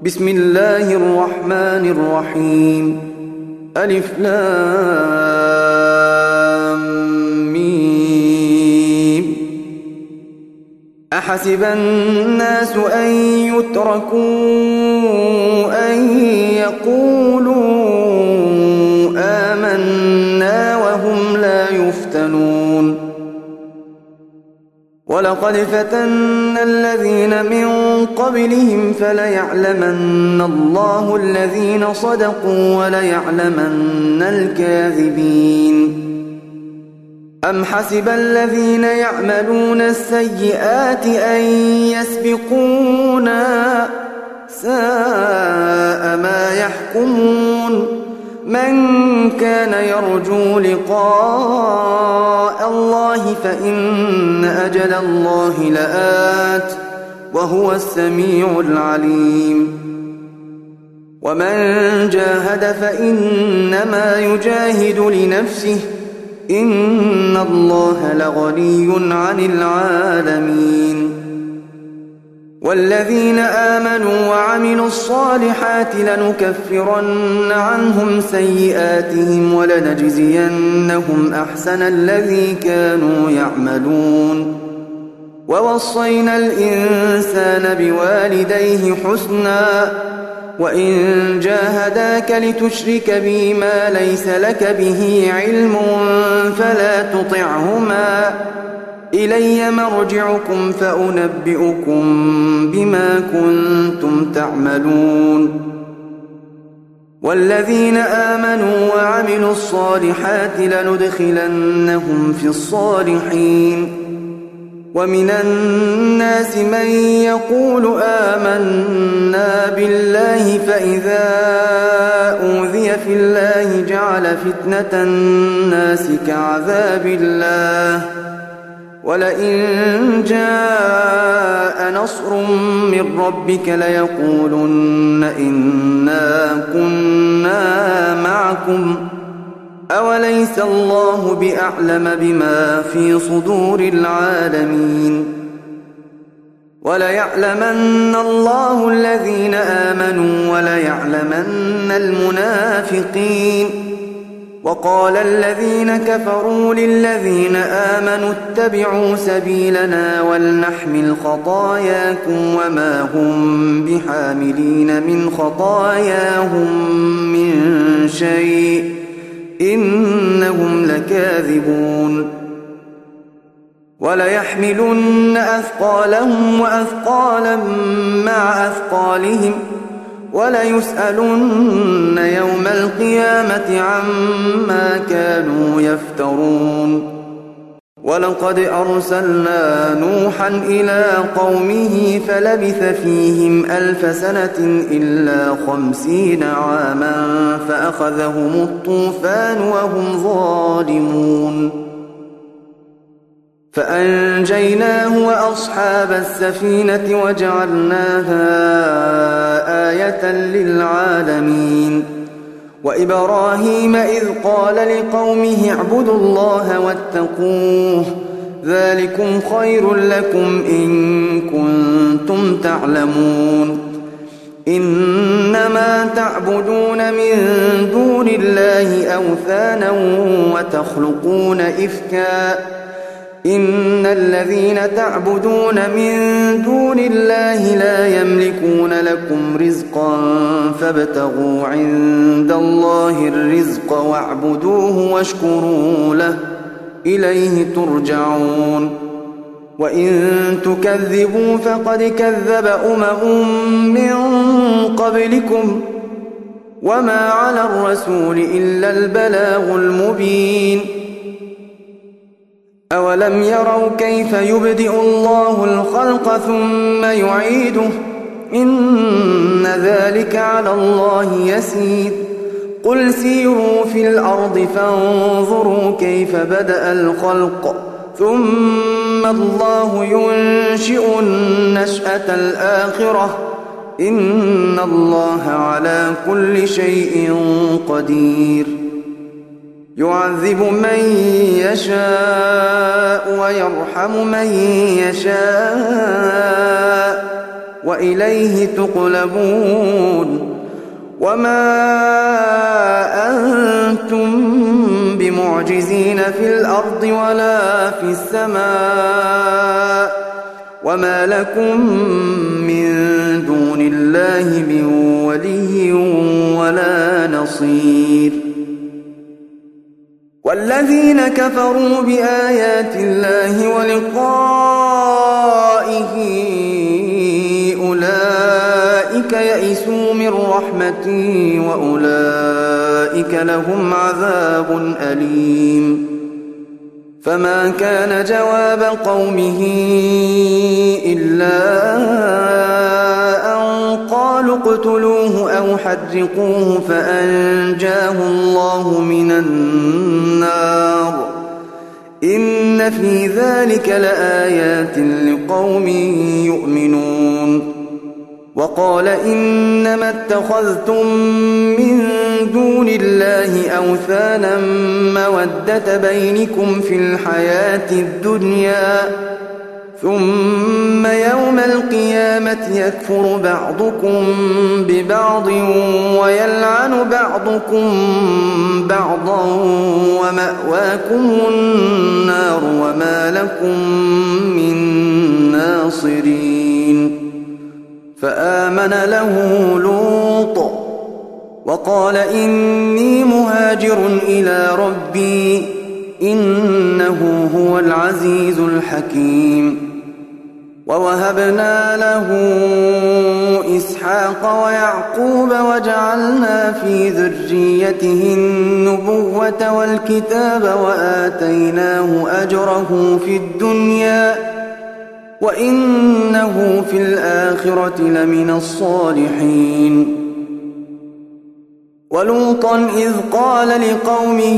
بسم الله الرحمن الرحيم ألف لام ميم أحسب الناس أن يتركوا أن يقولوا آمنا وهم لا يفتنون ولقد فتنا الذين من قبلهم فليعلمن الله الذين صدقوا وليعلمن الكاذبين أم حسب الذين يعملون السيئات أن يسبقونا ساء ما يحكمون من كان يرجو لقاء الله فإن أجل الله لآت وهو السميع العليم ومن جاهد فإنما يجاهد لنفسه إن الله لغني عن العالمين والذين آمنوا وعملوا الصالحات لنكفرن عنهم سيئاتهم ولنجزينهم أحسن الذي كانوا يعملون ووصينا الإنسان بوالديه حسنا وإن جاهداك لتشرك بي ما ليس لك به علم فلا تطعهما إلي مرجعكم فأنبئكم بما كنتم تعملون والذين آمنوا وعملوا الصالحات لندخلنهم في الصالحين ومن الناس من يقول آمنا بالله فإذا أوذي في الله جعل فتنة الناس كعذاب الله ولئن جاء نصر من ربك ليقولن إنا كنا معكم أوليس الله بأعلم بما في صدور العالمين وليعلمن الله الذين آمنوا وليعلمن المنافقين وقال الذين كفروا للذين آمنوا اتبعوا سبيلنا ولنحمل خطاياكم وما هم بحاملين من خطاياهم من شيء إنهم لكاذبون وليحملن أثقالهم وأثقالا مع أثقالهم وليسألن يوم القيامة عما كانوا يفترون ولقد أرسلنا نوحا إلى قومه فلبث فيهم 1000 سنة إلا 50 عاما فأخذهم الطوفان وهم ظالمون فأنجيناه وأصحاب السفينة وجعلناها آية للعالمين وإبراهيم إذ قال لقومه اعبدوا الله واتقوه ذلكم خير لكم إن كنتم تعلمون إنما تعبدون من دون الله أوثانا وتخلقون إفكا إن الذين تعبدون من دون الله لا يملكون لكم رزقا فابتغوا عند الله الرزق واعبدوه واشكروا له إليه ترجعون وإن تكذبوا فقد كذب من قبلكم وما على الرسول إلا البلاغ المبين أولم يروا كيف يبدئ الله الخلق ثم يعيده إن ذلك على الله يسير قل سيروا في الأرض فانظروا كيف بدأ الخلق ثم الله ينشئ النشأة الآخرة إن الله على كل شيء قدير يعذب من يشاء ويرحم من يشاء وإليه تقلبون وما أنتم بمعجزين في الأرض ولا في السماء وما لكم من دون الله من ولي ولا نصير والذين كفروا بآيات الله ولقائه أولئك يئسوا من رحمتي وأولئك لهم عذاب أليم فما كان جواب قومه إلا أن قالوا اقتلوه أو حرقوه فأنجاه الله من النار إن في ذلك لآيات لقوم يؤمنون وقال إنما اتخذتم من دون الله أوثانا مودة بينكم في الحياة الدنيا ثم يوم القيامة يكفر بعضكم ببعض ويلعن بعضكم بعضا ومأواكم النار وما لكم من ناصرين فآمن له لوط وقال إني مهاجر إلى ربي إنه هو العزيز الحكيم ووهبنا له إسحاق ويعقوب وجعلنا في ذريته النبوة والكتاب وآتيناه أجره في الدنيا وإنه في الآخرة لمن الصالحين ولوطا إذ قال لقومه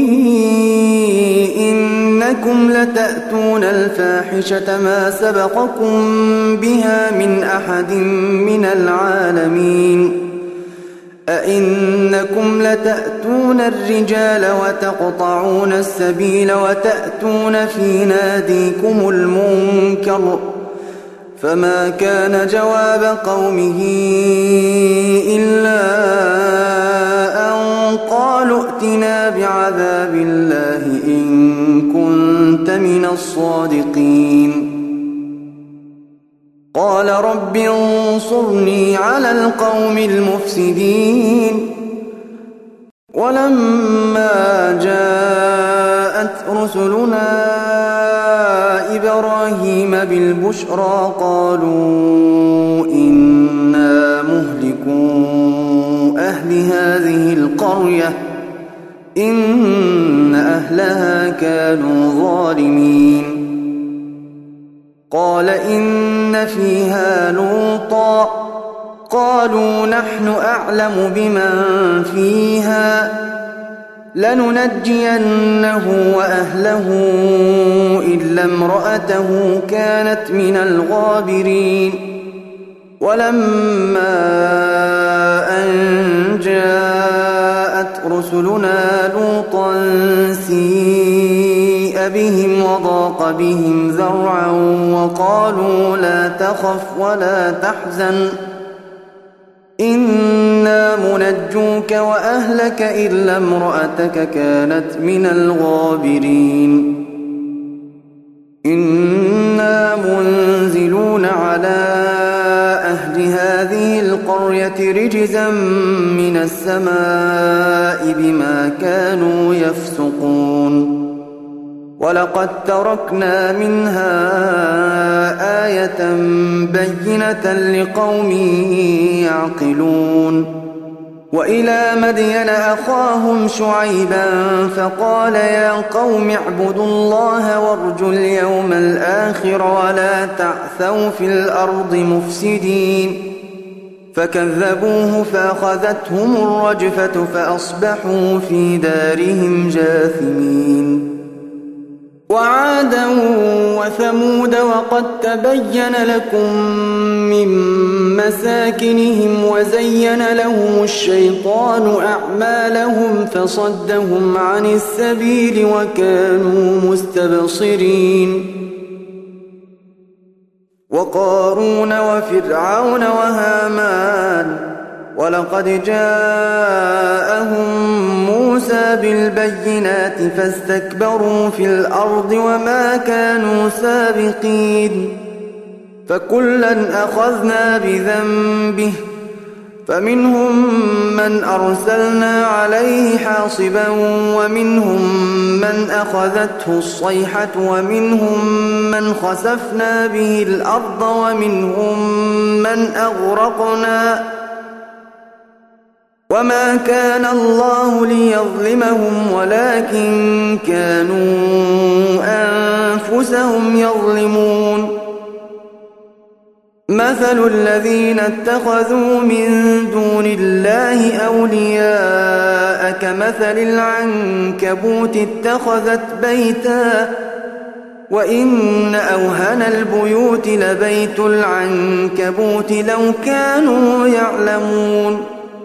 إنكم لتأتون الفاحشة ما سبقكم بها من أحد من العالمين أئنكم لتأتون الرجال وتقطعون السبيل وتأتون في ناديكم المنكر فما كان جواب قومه إلا أن قالوا ائتنا بعذاب الله إن كنت من الصادقين قال رب انصرني على القوم المفسدين ولما جاءت رسلنا إبراهيم بالبشرى قالوا إنا مهلكو أهل هذه القرية إن أهلها كانوا ظالمين قال إن فيها لوطا قالوا نحن أعلم بمن فيها لننجينه وأهله إلا امرأته كانت من الغابرين ولما أن جاءت رسلنا لوطا سيء بهم وضاق بهم ذرعا وقالوا لا تخف ولا تحزن إنا منجوك وأهلك إلا امرأتك كانت من الغابرين إنا منزلون على أهل هذه القرية رجزا من السماء بما كانوا يفسقون ولقد تركنا منها آية بينة لقوم يعقلون وإلى مدين أخاهم شعيبا فقال يا قوم اعبدوا الله وارجوا اليوم الآخر ولا تعثوا في الأرض مفسدين فكذبوه فأخذتهم الرجفة فأصبحوا في دارهم جاثمين وعادا وثمود وقد تبين لكم من مساكنهم وزين لهم الشيطان أعمالهم فصدهم عن السبيل وكانوا مستبصرين وقارون وفرعون وهامان ولقد جاءهم موسى بالبينات فاستكبروا في الأرض وما كانوا سابقين فكلا أخذنا بذنبه فمنهم من أرسلنا عليه حاصبا ومنهم من أخذته الصيحة ومنهم من خسفنا به الأرض ومنهم من أغرقنا وما كان الله ليظلمهم ولكن كانوا أنفسهم يظلمون مثل الذين اتخذوا من دون الله أولياء كمثل العنكبوت اتخذت بيتا وإن أوهن البيوت لبيت العنكبوت لو كانوا يعلمون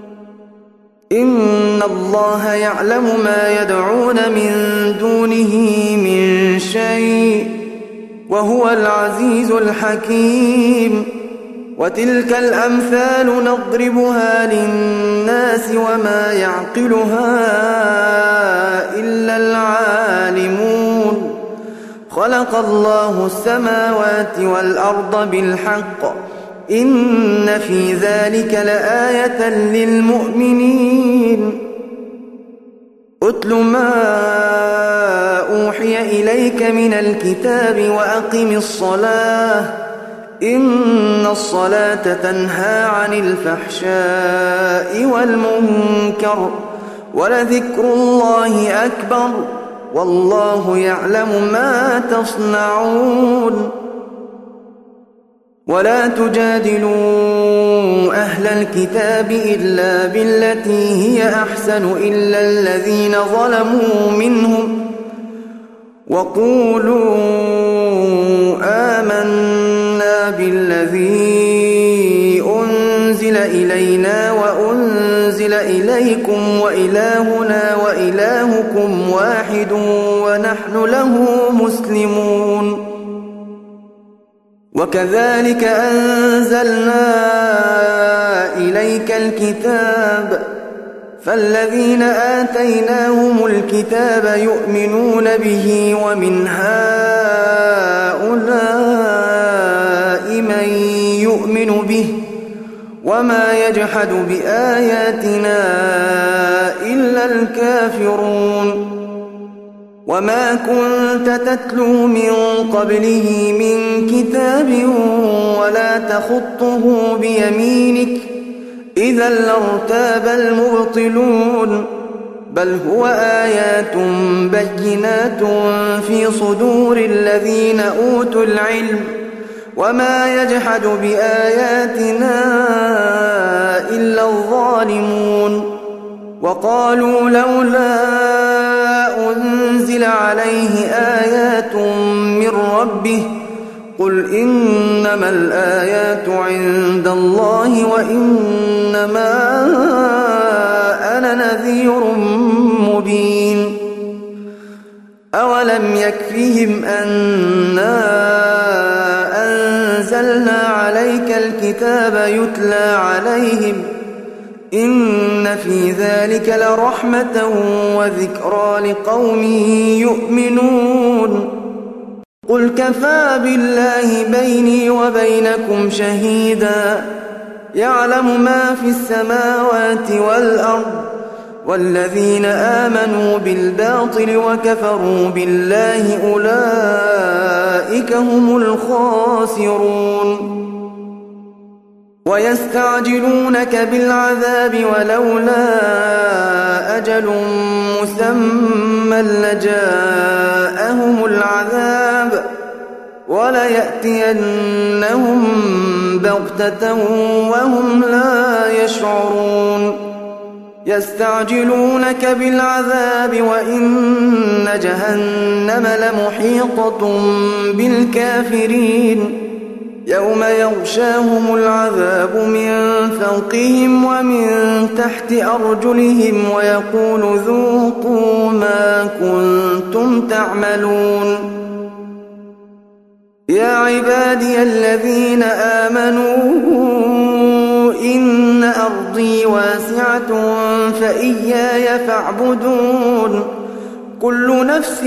إن الله يعلم ما يدعون من دونه من شيء وهو العزيز الحكيم وتلك الأمثال نضربها للناس وما يعقلها إلا العالمون خلق الله السماوات والأرض بالحق إن في ذلك لآية للمؤمنين أتل ما أوحي إليك من الكتاب وأقم الصلاة إن الصلاة تنهى عن الفحشاء والمنكر ولذكر الله أكبر والله يعلم ما تصنعون ولا تجادلوا أهل الكتاب إلا بالتي هي أحسن إلا الذين ظلموا منهم وقولوا آمنا بالذي أنزل إلينا وأنزل إليكم وإلهنا وإلهكم واحد ونحن له مسلمون وكذلك أنزلنا إليك الكتاب فالذين آتيناهم الكتاب يؤمنون به ومن هؤلاء من يؤمن به وما يجحد بآياتنا إلا الكافرون وما كنت تتلو من قبله من كتاب ولا تخطه بيمينك إذا لارتاب المبطلون بل هو آيات بينات في صدور الذين أوتوا العلم وما يجحد بآياتنا إلا الظالمون وقالوا لولا أنزل عليه آيات من ربه قل إنما الآيات عند الله وإنما أنا نذير مبين أولم يكفهم أنا أنزلنا عليك الكتاب يتلى عليهم إن في ذلك لرحمة وذكرى لقوم يؤمنون قل كفى بالله بيني وبينكم شهيدا يعلم ما في السماوات والأرض والذين آمنوا بالباطل وكفروا بالله أولئك هم الخاسرون ويستعجلونك بالعذاب ولولا أجل مسمى لجاءهم العذاب وليأتينهم بغتة وهم لا يشعرون يستعجلونك بالعذاب وإن جهنم لمحيطة بالكافرين يوم يغشاهم العذاب من فوقهم ومن تحت أرجلهم ويقول ذوقوا ما كنتم تعملون يا عبادي الذين آمنوا إن أرضي واسعة فإياي فاعبدون كل نفس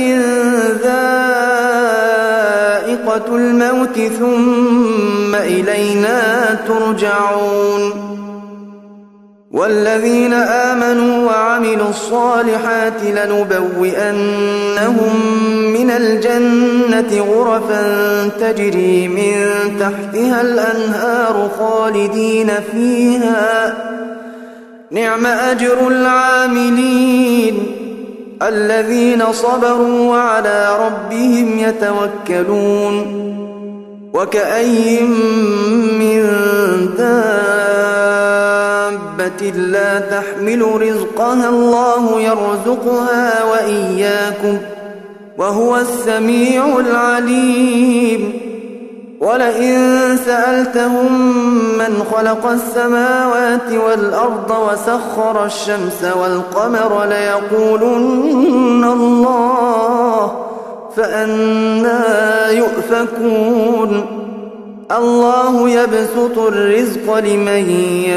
ذائقة الموت ثم إلينا ترجعون والذين آمنوا وعملوا الصالحات لنبوئنهم من الجنة غرفا تجري من تحتها الأنهار خالدين فيها نعم أجر العاملين الذين صبروا وعلى ربهم يتوكلون وكأي من دابة لا تحمل رزقها الله يرزقها وإياكم وهو السميع العليم ولئن سألتهم من خلق السماوات والأرض وسخر الشمس والقمر ليقولن الله فأنى يؤفكون الله يبسط الرزق لمن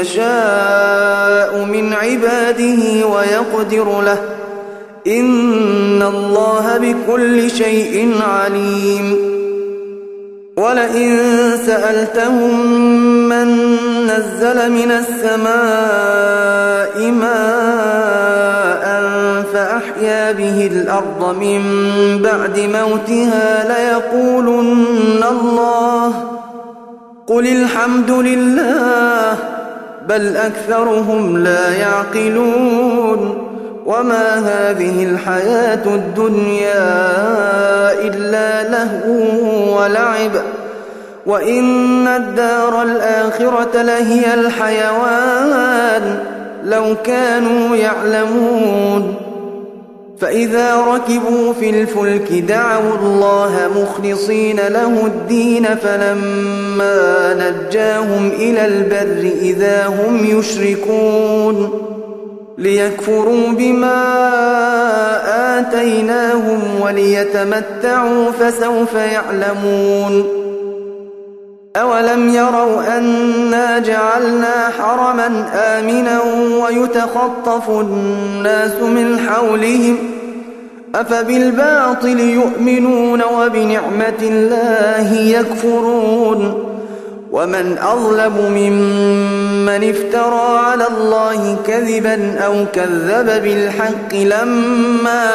يشاء من عباده ويقدر له إن الله بكل شيء عليم ولئن سألتهم من نزل من السماء ماء فأحيا به الأرض من بعد موتها ليقولن الله قل الحمد لله بل أكثرهم لا يعقلون وما هذه الحياة الدنيا إلا لهو ولعب وإن الدار الآخرة لهي الحيوان لو كانوا يعلمون فإذا ركبوا في الفلك دعوا الله مخلصين له الدين فلما نجاهم إلى البر إذا هم يشركون ليكفروا بما آتيناهم وليتمتعوا فسوف يعلمون أولم يروا أنا جعلنا حرما آمنا ويتخطف الناس من حولهم أفبالباطل يؤمنون وبنعمة الله يكفرون ومن أظلم ممن افترى على الله كذبا أو كذب بالحق لما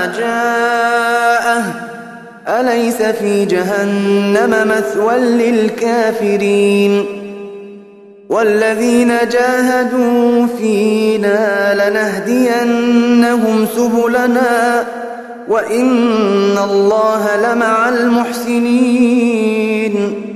جاءه أليس في جهنم مثوى للكافرين والذين جاهدوا فينا لنهدينهم سبلنا وإن الله لمع المحسنين